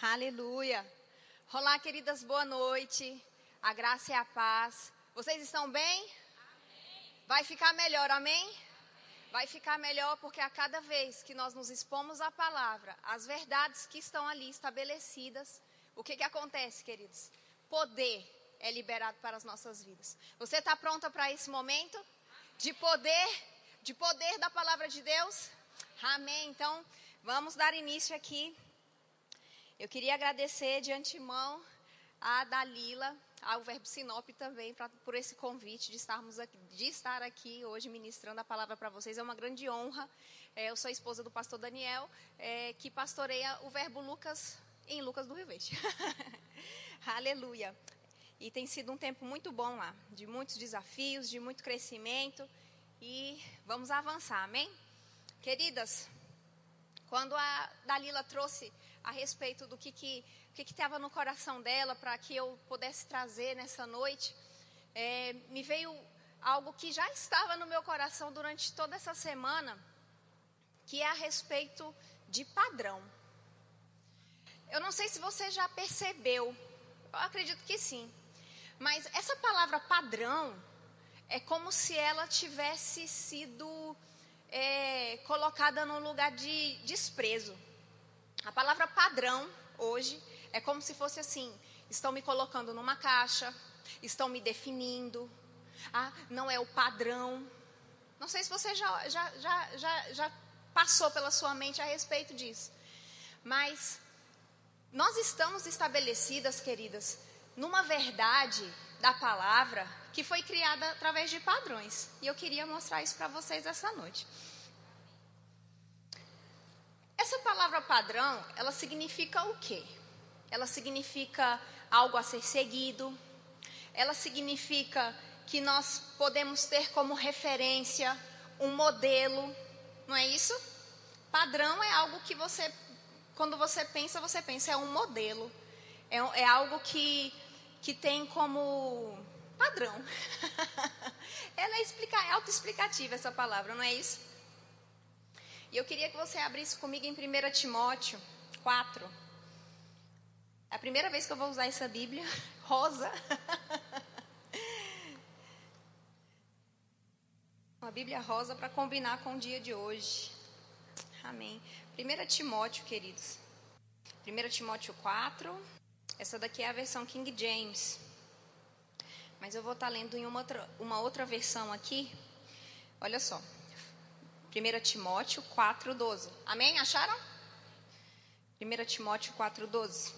Aleluia. Olá, queridas, boa noite. A graça e a paz. Vocês estão bem? Amém. Vai ficar melhor, amém? Vai ficar melhor porque a cada vez que nós nos expomos à palavra, as verdades que estão ali estabelecidas, o que acontece, queridos? Poder é liberado para as nossas vidas. Você está pronta para esse momento? De poder da palavra de Deus? Amém. Então, vamos dar início aqui. Eu queria agradecer de antemão a Dalila, ao Verbo Sinop também, por esse convite de estar aqui hoje ministrando a palavra para vocês. É uma grande honra. Eu sou a esposa do pastor Daniel, que pastoreia o Verbo Lucas em Lucas do Rio Verde. Aleluia. E tem sido um tempo muito bom lá, de muitos desafios, de muito crescimento. E vamos avançar, amém? Queridas, quando a Dalila trouxe a respeito do que estava no coração dela para que eu pudesse trazer nessa noite, me veio algo que já estava no meu coração durante toda essa semana, que é a respeito de padrão. Eu não sei se você já percebeu, eu acredito que sim, mas essa palavra padrão é como se ela tivesse sido colocada num lugar de desprezo. A palavra padrão, hoje, é como se fosse assim: estão me colocando numa caixa, estão me definindo, não é o padrão. Não sei se você já passou pela sua mente a respeito disso. Mas nós estamos estabelecidas, queridas, numa verdade da palavra que foi criada através de padrões. E eu queria mostrar isso para vocês essa noite. Essa palavra padrão, ela significa o quê? Ela significa algo a ser seguido. Ela significa que nós podemos ter como referência um modelo. Não é isso? Padrão é algo que você, quando você pensa é um modelo. É algo que tem como padrão. Ela é autoexplicativa essa palavra, não é isso? E eu queria que você abrisse comigo em 1 Timóteo 4. É a primeira vez que eu vou usar essa Bíblia rosa. Uma Bíblia rosa para combinar com o dia de hoje. Amém. 1 Timóteo, queridos. 1 Timóteo 4. Essa daqui é a versão King James. Mas eu vou estar lendo em uma outra versão aqui. Olha só. 1 Timóteo 4:12. Amém? Acharam? 1 Timóteo 4:12.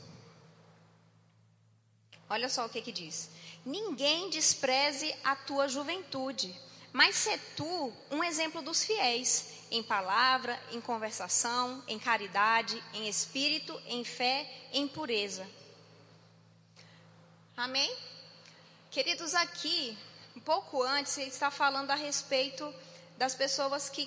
Olha só o que diz. Ninguém despreze a tua juventude, mas sê tu um exemplo dos fiéis, em palavra, em conversação, em caridade, em espírito, em fé, em pureza. Amém? Queridos, aqui, um pouco antes, ele está falando a respeito das pessoas que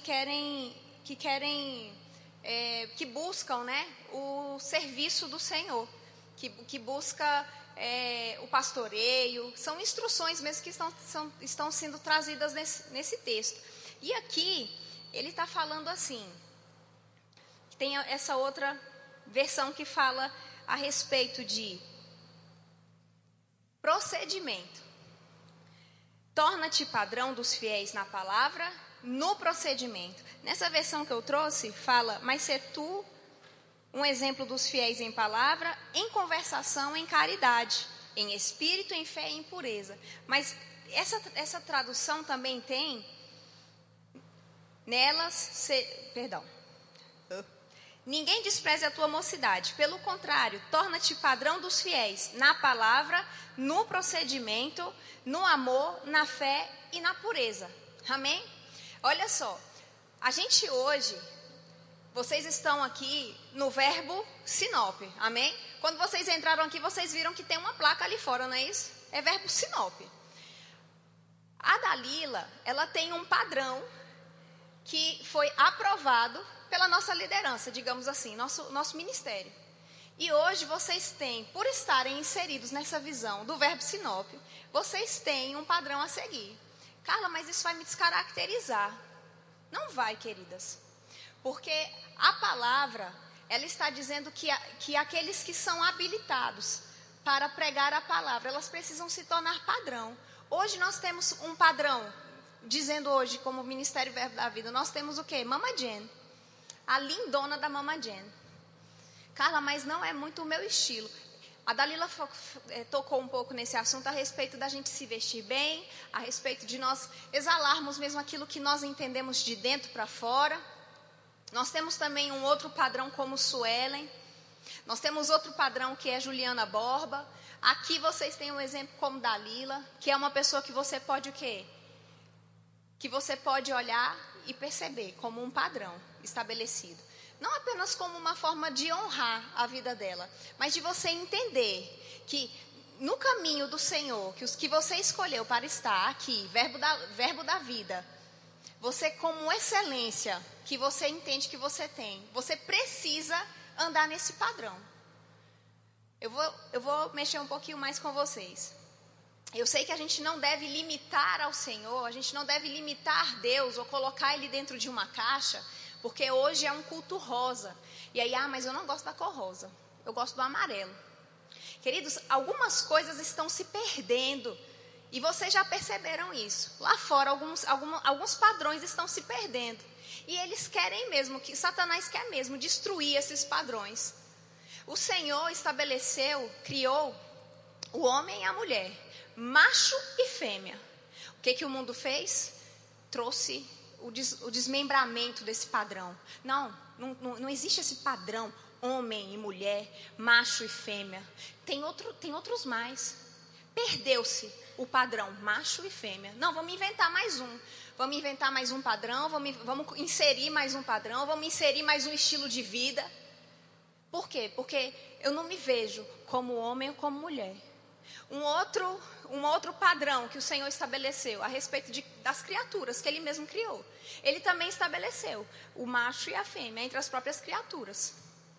buscam, né, o serviço do Senhor, que busca o pastoreio. São instruções mesmo que estão sendo trazidas nesse texto. E aqui ele está falando assim, tem essa outra versão que fala a respeito de procedimento. Torna-te padrão dos fiéis na palavra, no procedimento. Nessa versão que eu trouxe, fala, mas sê tu um exemplo dos fiéis em palavra, em conversação, em caridade, em espírito, em fé e em pureza. Mas essa tradução também tem, ninguém despreze a tua mocidade, pelo contrário, torna-te padrão dos fiéis, na palavra, no procedimento, no amor, na fé e na pureza. Amém? Olha só, a gente hoje, vocês estão aqui no Verbo Sinop, amém? Quando vocês entraram aqui, vocês viram que tem uma placa ali fora, não é isso? É Verbo Sinop. A Dalila, ela tem um padrão que foi aprovado pela nossa liderança, digamos assim, nosso ministério. E hoje vocês têm, por estarem inseridos nessa visão do Verbo Sinop, vocês têm um padrão a seguir. Carla, mas isso vai me descaracterizar. Não vai, queridas. Porque a palavra, ela está dizendo que aqueles que são habilitados para pregar a palavra, elas precisam se tornar padrão. Hoje nós temos um padrão, dizendo hoje como Ministério Verbo da Vida, nós temos o quê? Mama Jen, a lindona da Mama Jen. Carla, mas não é muito o meu estilo. A Dalila tocou um pouco nesse assunto a respeito da gente se vestir bem, a respeito de nós exalarmos mesmo aquilo que nós entendemos de dentro para fora. Nós temos também um outro padrão como Suelen. Nós temos outro padrão que é Juliana Borba. Aqui vocês têm um exemplo como Dalila, que é uma pessoa que você pode o quê? Que você pode olhar e perceber como um padrão estabelecido. Não apenas como uma forma de honrar a vida dela, mas de você entender que no caminho do Senhor, que você escolheu para estar aqui, verbo da vida, você como excelência que você entende que você tem, você precisa andar nesse padrão. Eu vou mexer um pouquinho mais com vocês. Eu sei que a gente não deve limitar ao Senhor, a gente não deve limitar Deus ou colocar Ele dentro de uma caixa, porque hoje é um culto rosa. E aí, mas eu não gosto da cor rosa, eu gosto do amarelo. Queridos, algumas coisas estão se perdendo. E vocês já perceberam isso. Lá fora, alguns padrões estão se perdendo. E eles querem mesmo, Satanás quer mesmo destruir esses padrões. O Senhor criou o homem e a mulher, macho e fêmea. O que o mundo fez? Trouxe o desmembramento desse padrão. Não existe esse padrão, homem e mulher, macho e fêmea. Tem outros mais. Perdeu-se o padrão macho e fêmea. Não, vamos inventar mais um. Vamos inventar mais um padrão, vamos inserir mais um padrão, vamos inserir mais um estilo de vida. Por quê? Porque eu não me vejo como homem ou como mulher. Um outro padrão que o Senhor estabeleceu a respeito das criaturas que Ele mesmo criou. Ele também estabeleceu o macho e a fêmea entre as próprias criaturas.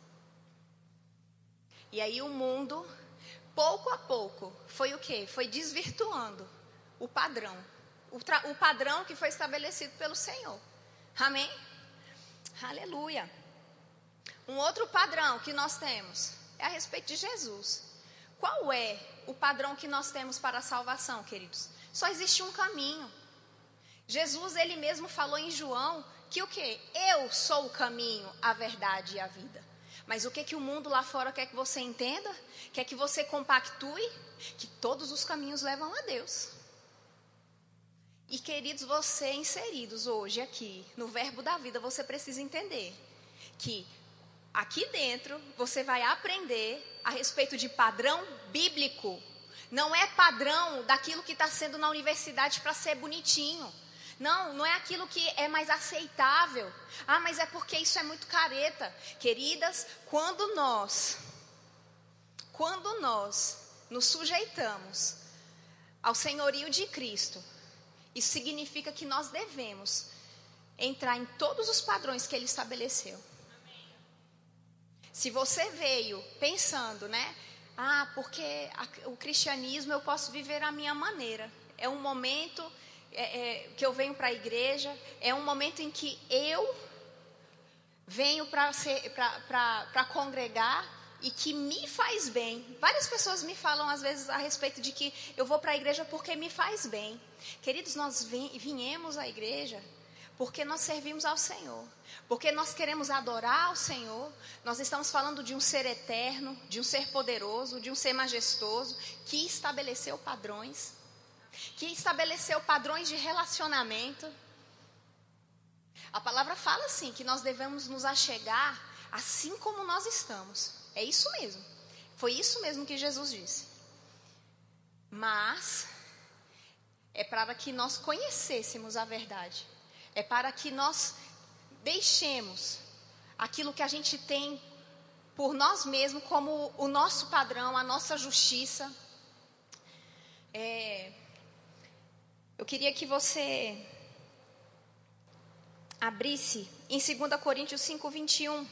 E aí o mundo, pouco a pouco, foi o quê? Foi desvirtuando o padrão. O padrão que foi estabelecido pelo Senhor. Amém? Aleluia. Um outro padrão que nós temos é a respeito de Jesus. Qual é o padrão que nós temos para a salvação, queridos? Só existe um caminho. Jesus, Ele mesmo falou em João que o quê? Eu sou o caminho, a verdade e a vida. Mas o que o mundo lá fora quer que você entenda? Quer que você compactue? Que todos os caminhos levam a Deus. E queridos, você inseridos hoje aqui no verbo da vida, você precisa entender que aqui dentro você vai aprender a respeito de padrão bíblico. Não é padrão daquilo que está sendo na universidade para ser bonitinho. Não é aquilo que é mais aceitável. Mas é porque isso é muito careta. Queridas, quando nós nos sujeitamos ao senhorio de Cristo, isso significa que nós devemos entrar em todos os padrões que Ele estabeleceu. Se você veio pensando, porque o cristianismo eu posso viver à minha maneira. É um momento que eu venho para a igreja, é um momento em que eu venho para congregar e que me faz bem. Várias pessoas me falam às vezes a respeito de que eu vou para a igreja porque me faz bem. Queridos, nós viemos à igreja porque nós servimos ao Senhor, porque nós queremos adorar ao Senhor. Nós estamos falando de um ser eterno, de um ser poderoso, de um ser majestoso, que estabeleceu padrões, de relacionamento. A palavra fala assim, que nós devemos nos achegar assim como nós estamos. É isso mesmo, foi isso mesmo que Jesus disse. Mas é para que nós conhecêssemos a verdade. É para que nós deixemos aquilo que a gente tem por nós mesmos como o nosso padrão, a nossa justiça. Eu queria que você abrisse em 2 Coríntios 5, 21.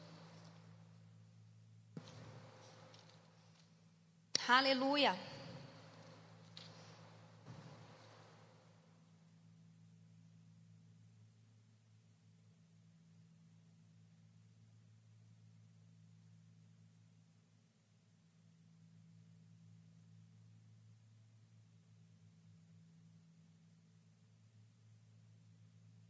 Aleluia.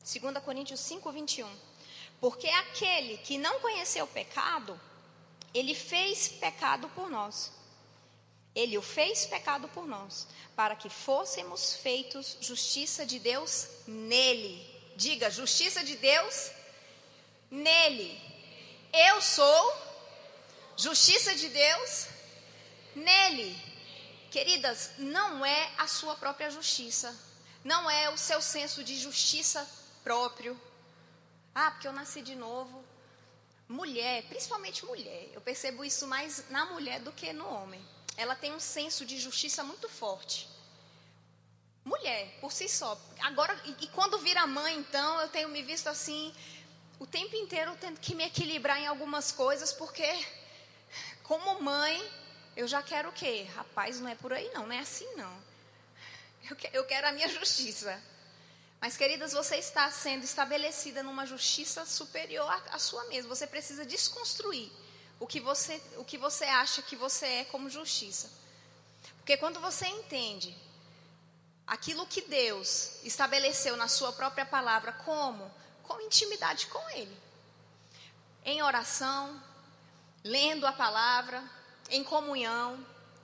2 Coríntios 5, 21. Porque aquele que não conheceu o pecado, ele fez pecado por nós. Ele o fez pecado por nós, para que fôssemos feitos justiça de Deus nele. Diga, justiça de Deus nele. Eu sou justiça de Deus nele. Queridas, não é a sua própria justiça. Não é o seu senso de justiça próprio. Ah, porque eu nasci de novo. Mulher, principalmente mulher, eu percebo isso mais na mulher do que no homem. Ela tem um senso de justiça muito forte. Mulher, por si só. Agora, e quando vira mãe, então, eu tenho me visto assim, o tempo inteiro tendo que me equilibrar em algumas coisas, porque, como mãe, eu já quero o quê? Rapaz, não é por aí não é assim não. Eu quero a minha justiça. Mas, queridas, você está sendo estabelecida numa justiça superior à sua mesma. Você precisa desconstruir o que você acha que você é como justiça. Porque quando você entende aquilo que Deus estabeleceu na sua própria palavra com intimidade com Ele, em oração, lendo a palavra, em comunhão,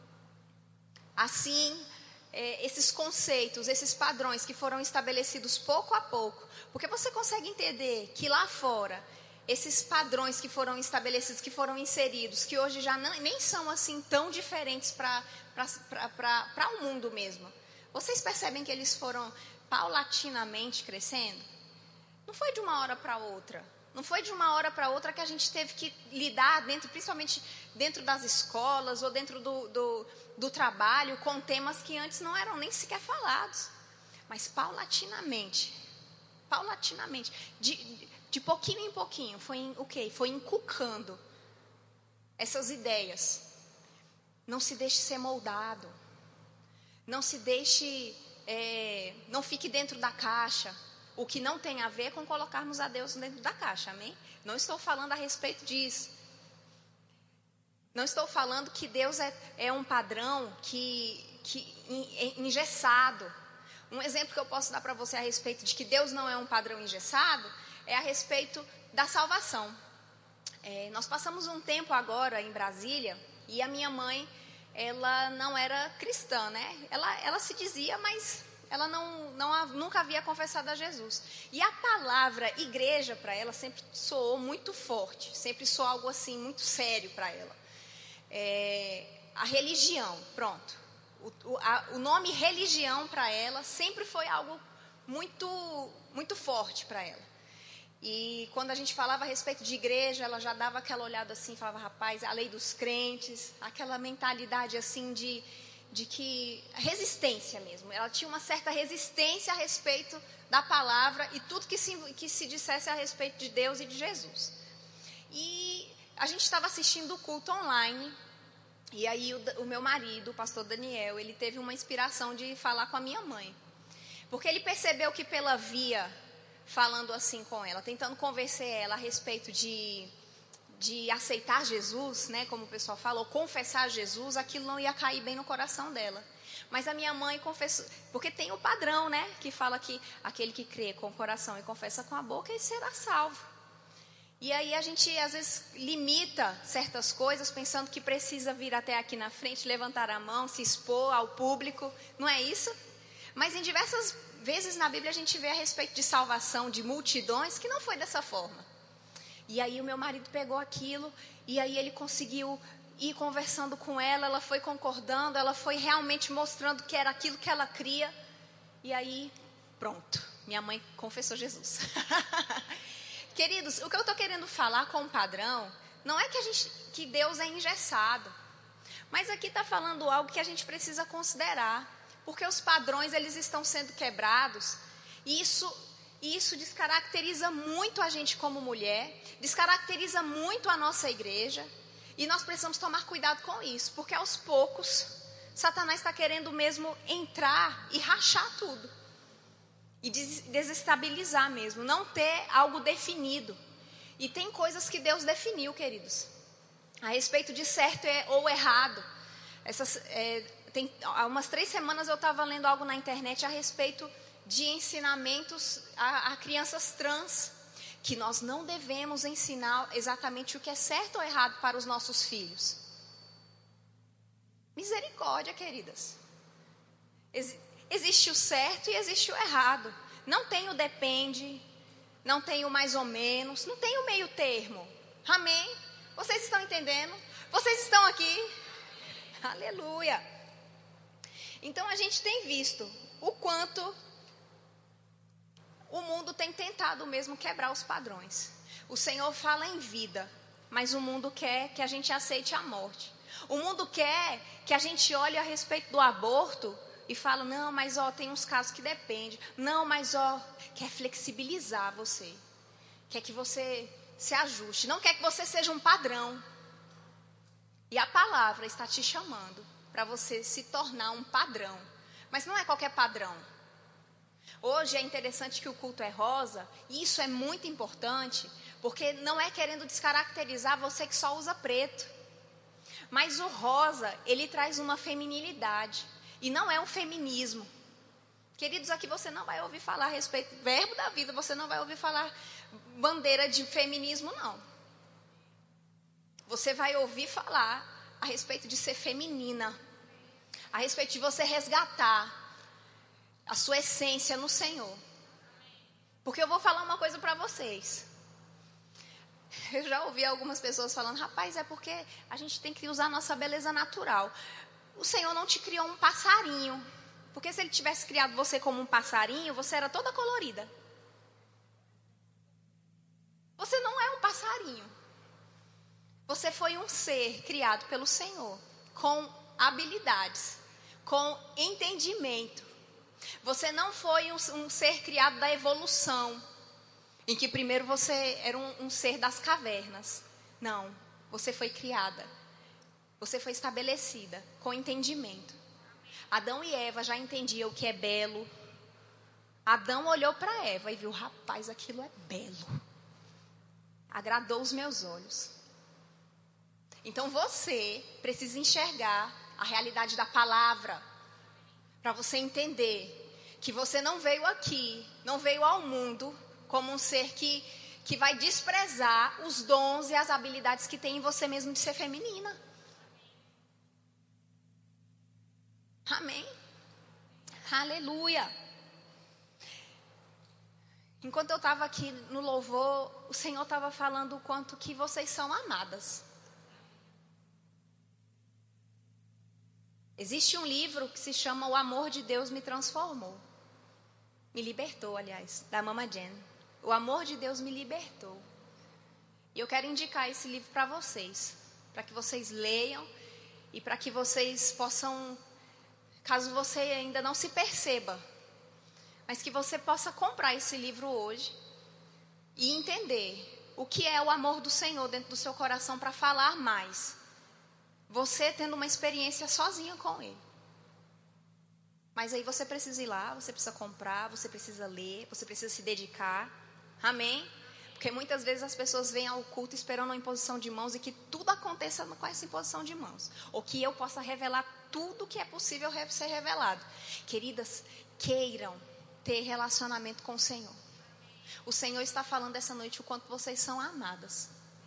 assim, esses conceitos, esses padrões que foram estabelecidos pouco a pouco, porque você consegue entender que lá fora, esses padrões que foram estabelecidos, que foram inseridos, que hoje já nem são assim tão diferentes para o mundo mesmo. Vocês percebem que eles foram paulatinamente crescendo? Não foi de uma hora para outra. Não foi de uma hora para outra que a gente teve que lidar, principalmente dentro das escolas ou dentro do trabalho, com temas que antes não eram nem sequer falados. Mas paulatinamente, de pouquinho em pouquinho, foi inculcando essas ideias. Não se deixe ser moldado. Não se deixe, não fique dentro da caixa. O que não tem a ver com colocarmos a Deus dentro da caixa, amém? Não estou falando a respeito disso. Não estou falando que Deus é um padrão engessado. Um exemplo que eu posso dar para você a respeito de que Deus não é um padrão engessado é a respeito da salvação. Nós passamos um tempo agora em Brasília e a minha mãe, ela não era cristã, né? Ela se dizia, mas ela nunca havia confessado a Jesus. E a palavra igreja para ela sempre soou muito forte, sempre soou algo assim muito sério para ela. A religião, pronto. O nome religião para ela sempre foi algo muito, muito forte para ela. E quando a gente falava a respeito de igreja, ela já dava aquela olhada assim, falava, rapaz, a lei dos crentes, aquela mentalidade assim de que resistência mesmo. Ela tinha uma certa resistência a respeito da palavra e tudo que se dissesse a respeito de Deus e de Jesus. E a gente estava assistindo o culto online. E aí o meu marido, o pastor Daniel, ele teve uma inspiração de falar com a minha mãe. Porque ele percebeu que pela via, falando assim com ela, tentando convencer ela a respeito de aceitar Jesus, né, como o pessoal fala, ou confessar Jesus, aquilo não ia cair bem no coração dela. Mas a minha mãe confessou, porque tem o padrão, né, que fala que aquele que crê com o coração e confessa com a boca, ele será salvo. E aí a gente, às vezes, limita certas coisas, pensando que precisa vir até aqui na frente, levantar a mão, se expor ao público, não é isso? Mas em diversas vezes na Bíblia a gente vê a respeito de salvação de multidões, que não foi dessa forma. E aí o meu marido pegou aquilo, e aí ele conseguiu ir conversando com ela, ela foi concordando, ela foi realmente mostrando que era aquilo que ela cria. E aí, pronto, minha mãe confessou Jesus. Queridos, o que eu estou querendo falar com o padrão, não é que Deus é engessado. Mas aqui está falando algo que a gente precisa considerar. Porque os padrões, eles estão sendo quebrados. E isso descaracteriza muito a gente como mulher. Descaracteriza muito a nossa igreja. E nós precisamos tomar cuidado com isso. Porque aos poucos, Satanás está querendo mesmo entrar e rachar tudo. E desestabilizar mesmo, não ter algo definido. E tem coisas que Deus definiu, queridos, a respeito de certo ou errado. Há umas 3 semanas eu estava lendo algo na internet a respeito de ensinamentos a crianças trans, que nós não devemos ensinar exatamente o que é certo ou errado para os nossos filhos. Misericórdia, queridas. Existe o certo e existe o errado. Não tem o depende, não tem o mais ou menos, não tem o meio termo. Amém? Vocês estão entendendo? Vocês estão aqui? Aleluia. Então a gente tem visto o quanto o mundo tem tentado mesmo quebrar os padrões. O Senhor fala em vida, mas o mundo quer que a gente aceite a morte. O mundo quer que a gente olhe a respeito do aborto e fala, não, mas tem uns casos que depende. Não, mas quer flexibilizar você. Quer que você se ajuste. Não quer que você seja um padrão. E a palavra está te chamando para você se tornar um padrão. Mas não é qualquer padrão. Hoje é interessante que o culto é rosa, e isso é muito importante, porque não é querendo descaracterizar você que só usa preto. Mas o rosa, ele traz uma feminilidade, e não é um feminismo. Queridos, aqui você não vai ouvir falar a respeito do verbo da vida, você não vai ouvir falar bandeira de feminismo, não. Você vai ouvir falar a respeito de ser feminina, a respeito de você resgatar a sua essência no Senhor. Porque eu vou falar uma coisa para vocês. Eu já ouvi algumas pessoas falando, rapaz, é porque a gente tem que usar a nossa beleza natural. O Senhor não te criou um passarinho. Porque se Ele tivesse criado você como um passarinho, você era toda colorida. Você não é um passarinho. Você foi um ser criado pelo Senhor, com habilidades, com entendimento. Você não foi um ser criado da evolução, em que primeiro você era um ser das cavernas. Não, você foi criada. Você foi estabelecida com entendimento. Adão e Eva já entendiam o que é belo. Adão olhou para Eva e viu, rapaz, aquilo é belo. Agradou os meus olhos. Então você precisa enxergar a realidade da palavra, para você entender que você não veio aqui, não veio ao mundo como um ser que vai desprezar os dons e as habilidades que tem em você mesmo de ser feminina. Amém? Aleluia. Enquanto eu estava aqui no louvor, o Senhor estava falando o quanto que vocês são amadas. Existe um livro que se chama O Amor de Deus Me Transformou. Me libertou, aliás, da Mama Jen. O amor de Deus me libertou. E eu quero indicar esse livro para vocês. Para que vocês leiam e para que vocês possam, caso você ainda não se perceba, mas que você possa comprar esse livro hoje e entender o que é o amor do Senhor dentro do seu coração para falar mais. Você tendo uma experiência sozinha com Ele. Mas aí você precisa ir lá, você precisa comprar, você precisa ler, você precisa se dedicar. Amém? Porque muitas vezes as pessoas vêm ao culto esperando uma imposição de mãos e que tudo aconteça com essa imposição de mãos. Ou que eu possa revelar tudo que é possível ser revelado. Queridas, queiram ter relacionamento com o Senhor. O Senhor está falando essa noite o quanto vocês são amadas.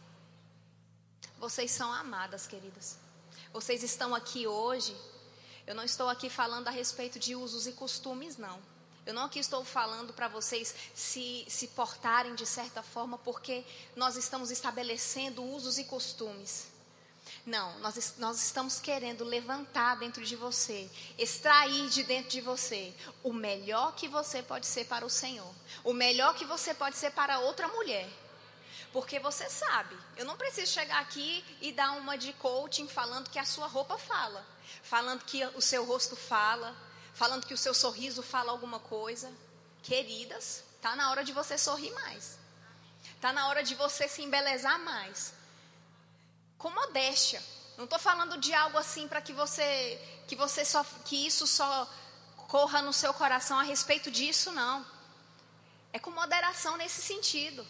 Vocês são amadas, queridas. Vocês estão aqui hoje. Eu não estou aqui falando a respeito de usos e costumes, não. Eu não aqui estou falando para vocês se portarem de certa forma, porque nós estamos estabelecendo usos e costumes. Não, nós estamos querendo levantar dentro de você, extrair de dentro de você o melhor que você pode ser para o Senhor. O melhor que você pode ser para outra mulher. Porque você sabe, eu não preciso chegar aqui e dar uma de coaching falando que a sua roupa fala. Falando que o seu rosto fala. Falando que o seu sorriso fala alguma coisa. Queridas, está na hora de você sorrir mais. Está na hora de você se embelezar mais. Com modéstia. Não estou falando de algo assim para que isso só corra no seu coração a respeito disso, não. É com moderação nesse sentido.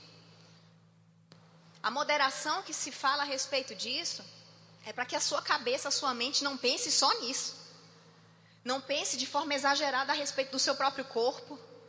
A moderação que se fala a respeito disso é para que a sua cabeça, a sua mente não pense só nisso. Não pense de forma exagerada a respeito do seu próprio corpo.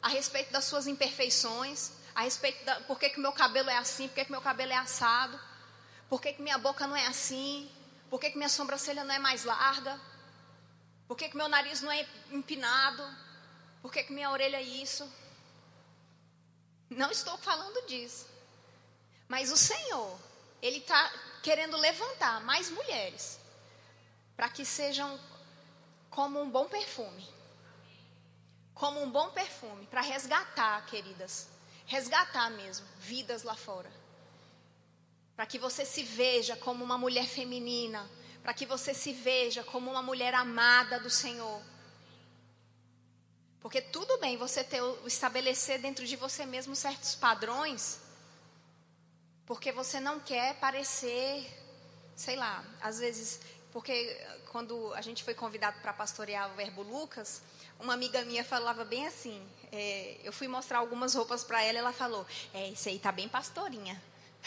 a respeito das suas imperfeições, a respeito da por que o meu cabelo é assim, por que meu cabelo é assado, por que minha boca não é assim, por que minha sobrancelha não é mais larga, por que meu nariz não é empinado, por que minha orelha é isso. Não estou falando disso. Mas o Senhor, Ele está querendo levantar mais mulheres para que sejam como um bom perfume. Como um bom perfume para resgatar, queridas. Resgatar mesmo vidas lá fora. Para que você se veja como uma mulher feminina. Para que você se veja como uma mulher amada do Senhor. Porque tudo bem você estabelecer dentro de você mesmo certos padrões. Porque você não quer parecer, sei lá, às vezes... Porque quando a gente foi convidado para pastorear o Verbo Lucas, uma amiga minha falava bem assim, eu fui mostrar algumas roupas para ela, ela falou, esse aí tá bem pastorinha.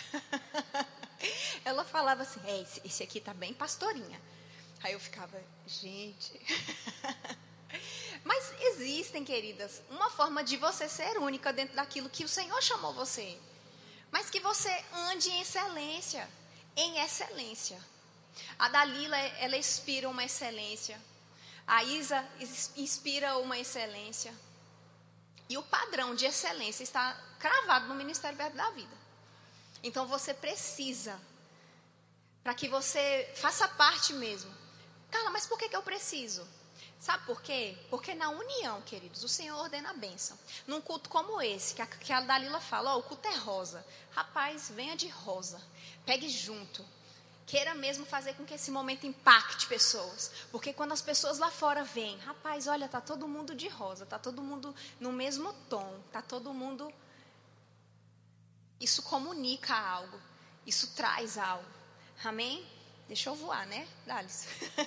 Ela falava assim, esse aqui tá bem pastorinha. Aí eu ficava, gente... Mas existem, queridas, uma forma de você ser única dentro daquilo que o Senhor chamou você. Mas que você ande em excelência, em excelência. A Dalila, ela inspira uma excelência. A Isa inspira uma excelência. E o padrão de excelência está cravado no Ministério Verbo da Vida. Então você precisa, para que você faça parte mesmo. Carla, mas por que eu preciso? Sabe por quê? Porque na união, queridos, o Senhor ordena a bênção. Num culto como esse, que a Dalila fala, o culto é rosa. Rapaz, venha de rosa. Pegue junto. Queira mesmo fazer com que esse momento impacte pessoas. Porque quando as pessoas lá fora vêm, rapaz, olha, tá todo mundo de rosa, tá todo mundo no mesmo tom, tá todo mundo... Isso comunica algo, isso traz algo. Amém? Deixa eu voar, né, Dalis?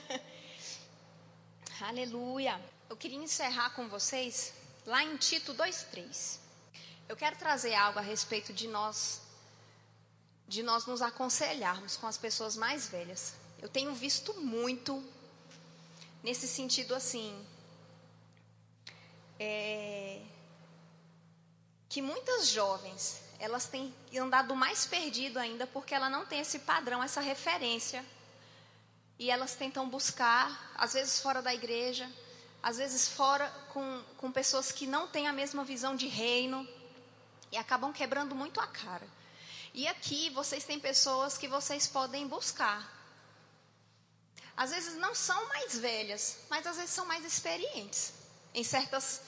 Aleluia. Eu queria encerrar com vocês lá em Tito 2:3. Eu quero trazer algo a respeito de nós nos aconselharmos com as pessoas mais velhas. Eu tenho visto muito nesse sentido assim, que muitas jovens, elas têm andado mais perdido ainda porque ela não tem esse padrão, essa referência. E elas tentam buscar, às vezes fora da igreja, às vezes fora com pessoas que não têm a mesma visão de reino e acabam quebrando muito a cara. E aqui vocês têm pessoas que vocês podem buscar. Às vezes não são mais velhas, mas às vezes são mais experientes em certas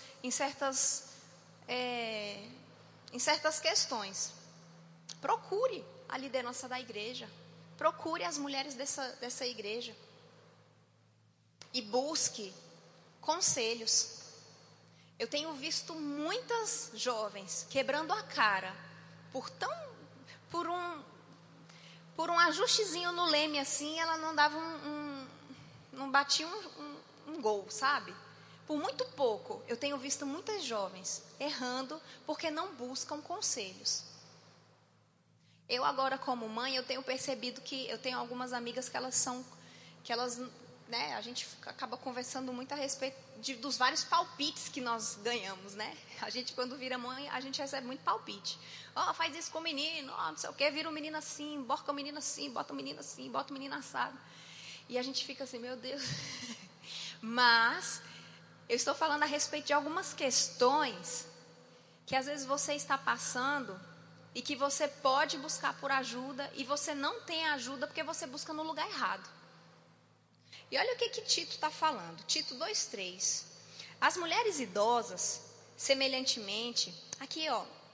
questões. Procure a liderança da igreja. Procure as mulheres dessa igreja. E busque conselhos. Eu tenho visto muitas jovens quebrando a cara por um ajustezinho no leme assim, ela não dava não batia um gol, sabe? Por muito pouco, eu tenho visto muitas jovens errando porque não buscam conselhos. Eu agora como mãe, eu tenho percebido que eu tenho algumas amigas que elas, né, a gente acaba conversando muito a respeito dos vários palpites que nós ganhamos, né? A gente quando vira mãe, a gente recebe muito palpite. Faz isso com o menino, não sei o quê, vira o menino assim, bota o menino assim, bota o menino assim, bota o menino assado. E a gente fica assim, meu Deus. Mas eu estou falando a respeito de algumas questões que às vezes você está passando e que você pode buscar por ajuda e você não tem ajuda porque você busca no lugar errado. E olha o que Tito está falando. Tito 2:3. As mulheres idosas, semelhantemente, aqui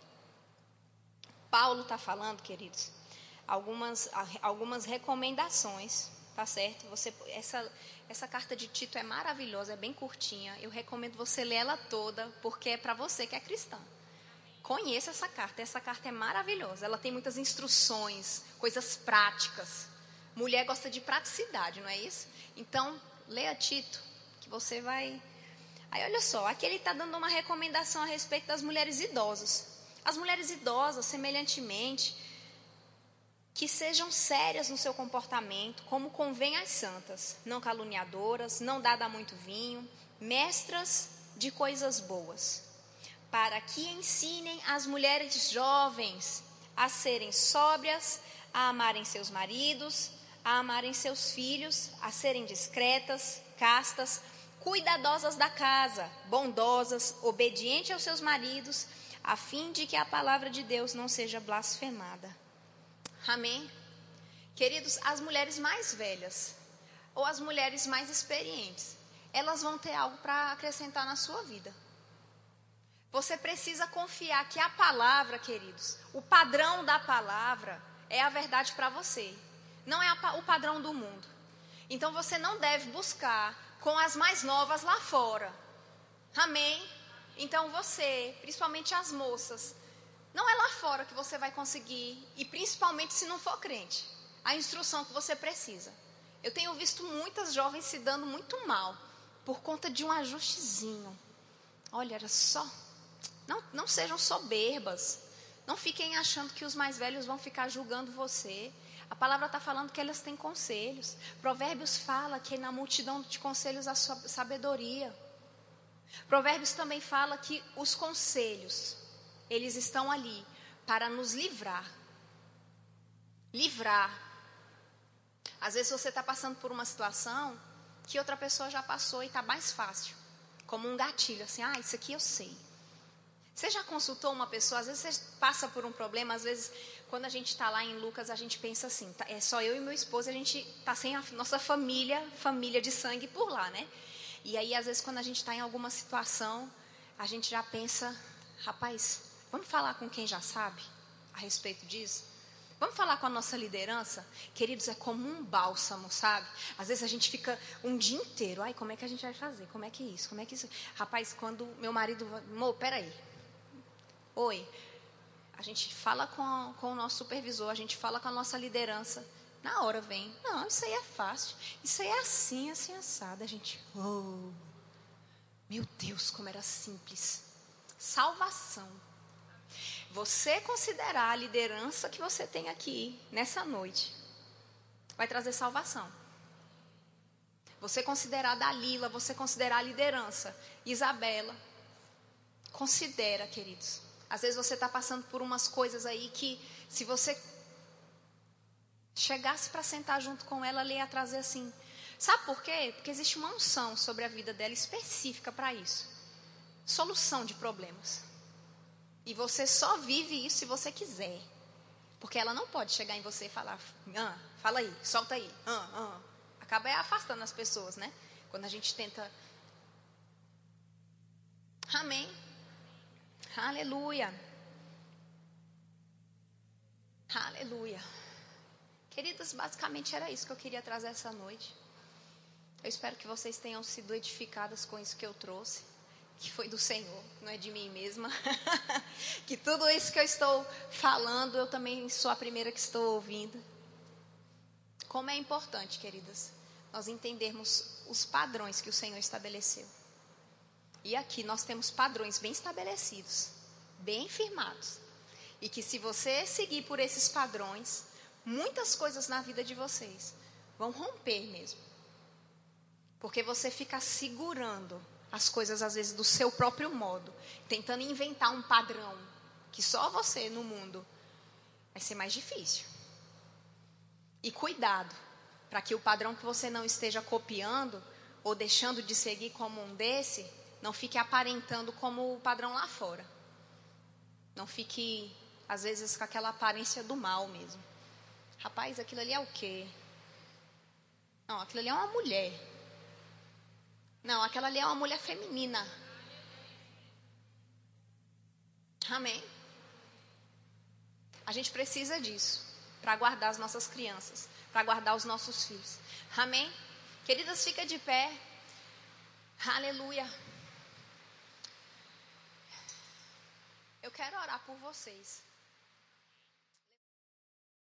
Paulo está falando, queridos, algumas recomendações, tá certo? Essa carta de Tito é maravilhosa, é bem curtinha. Eu recomendo você ler ela toda, porque é para você que é cristã. Conheça essa carta é maravilhosa. Ela tem muitas instruções, coisas práticas. Mulher gosta de praticidade, não é isso? Então, leia Tito, que você vai... Aí, olha só, aqui ele está dando uma recomendação a respeito das mulheres idosas. As mulheres idosas, semelhantemente, que sejam sérias no seu comportamento, como convém às santas, não caluniadoras, não dadas a muito vinho, mestras de coisas boas, para que ensinem as mulheres jovens a serem sóbrias, a amarem seus maridos, a amarem seus filhos, a serem discretas, castas, cuidadosas da casa, bondosas, obedientes aos seus maridos, a fim de que a palavra de Deus não seja blasfemada. Amém? Queridos, as mulheres mais velhas ou as mulheres mais experientes, elas vão ter algo para acrescentar na sua vida. Você precisa confiar que a palavra, queridos, o padrão da palavra é a verdade para você. Não é o padrão do mundo. Então você não deve buscar com as mais novas lá fora. Amém? Então você, principalmente as moças, não é lá fora que você vai conseguir, e principalmente se não for crente, a instrução que você precisa. Eu tenho visto muitas jovens se dando muito mal por conta de um ajustezinho. Olha, era só... Não sejam soberbas. Não fiquem achando que os mais velhos vão ficar julgando você. A palavra está falando que elas têm conselhos. Provérbios fala que na multidão de conselhos há sabedoria. Provérbios também fala que os conselhos, eles estão ali para nos livrar. Livrar. Às vezes você está passando por uma situação que outra pessoa já passou e está mais fácil. Como um gatilho, assim, isso aqui eu sei. Você já consultou uma pessoa? Às vezes você passa por um problema, às vezes quando a gente está lá em Lucas, a gente pensa assim, é só eu e meu esposo, a gente está sem a nossa família de sangue por lá, né? E aí às vezes quando a gente está em alguma situação, a gente já pensa, rapaz, vamos falar com quem já sabe a respeito disso? Vamos falar com a nossa liderança? Queridos, é como um bálsamo, sabe? Às vezes a gente fica um dia inteiro, como é que a gente vai fazer? Como é que isso? Como é que isso? Rapaz, quando meu marido, peraí. Oi, a gente fala com o nosso supervisor, a gente fala com a nossa liderança. Na hora vem, não, isso aí é fácil. Isso aí é assim, assado. A gente, meu Deus, como era simples. Salvação. Você considerar a liderança que você tem aqui, nessa noite, vai trazer salvação. Você considerar Dalila, você considerar a liderança, Isabela. Considera, queridos. Às vezes você está passando por umas coisas aí que, se você chegasse para sentar junto com ela, ela ia trazer assim. Sabe por quê? Porque existe uma unção sobre a vida dela específica para isso. Solução de problemas. E você só vive isso se você quiser. Porque ela não pode chegar em você e falar, fala aí, solta aí. Acaba afastando as pessoas, né? Quando a gente tenta... Amém. Aleluia. Aleluia. Queridas, basicamente era isso que eu queria trazer essa noite. Eu espero que vocês tenham sido edificadas com isso que eu trouxe, que foi do Senhor, não é de mim mesma. Que tudo isso que eu estou falando, eu também sou a primeira que estou ouvindo. Como é importante, queridas, nós entendermos os padrões que o Senhor estabeleceu. E aqui nós temos padrões bem estabelecidos, bem firmados. E que se você seguir por esses padrões, muitas coisas na vida de vocês vão romper mesmo. Porque você fica segurando as coisas às vezes do seu próprio modo, tentando inventar um padrão que só você no mundo, vai ser mais difícil. E cuidado, para que o padrão que você não esteja copiando ou deixando de seguir como um desse, não fique aparentando como o padrão lá fora. Não fique, às vezes, com aquela aparência do mal mesmo. Rapaz, aquilo ali é o quê? Não, aquilo ali é uma mulher. Não, aquela ali é uma mulher feminina. Amém? A gente precisa disso para guardar as nossas crianças, para guardar os nossos filhos. Amém? Queridas, fica de pé. Aleluia. Eu quero orar por vocês.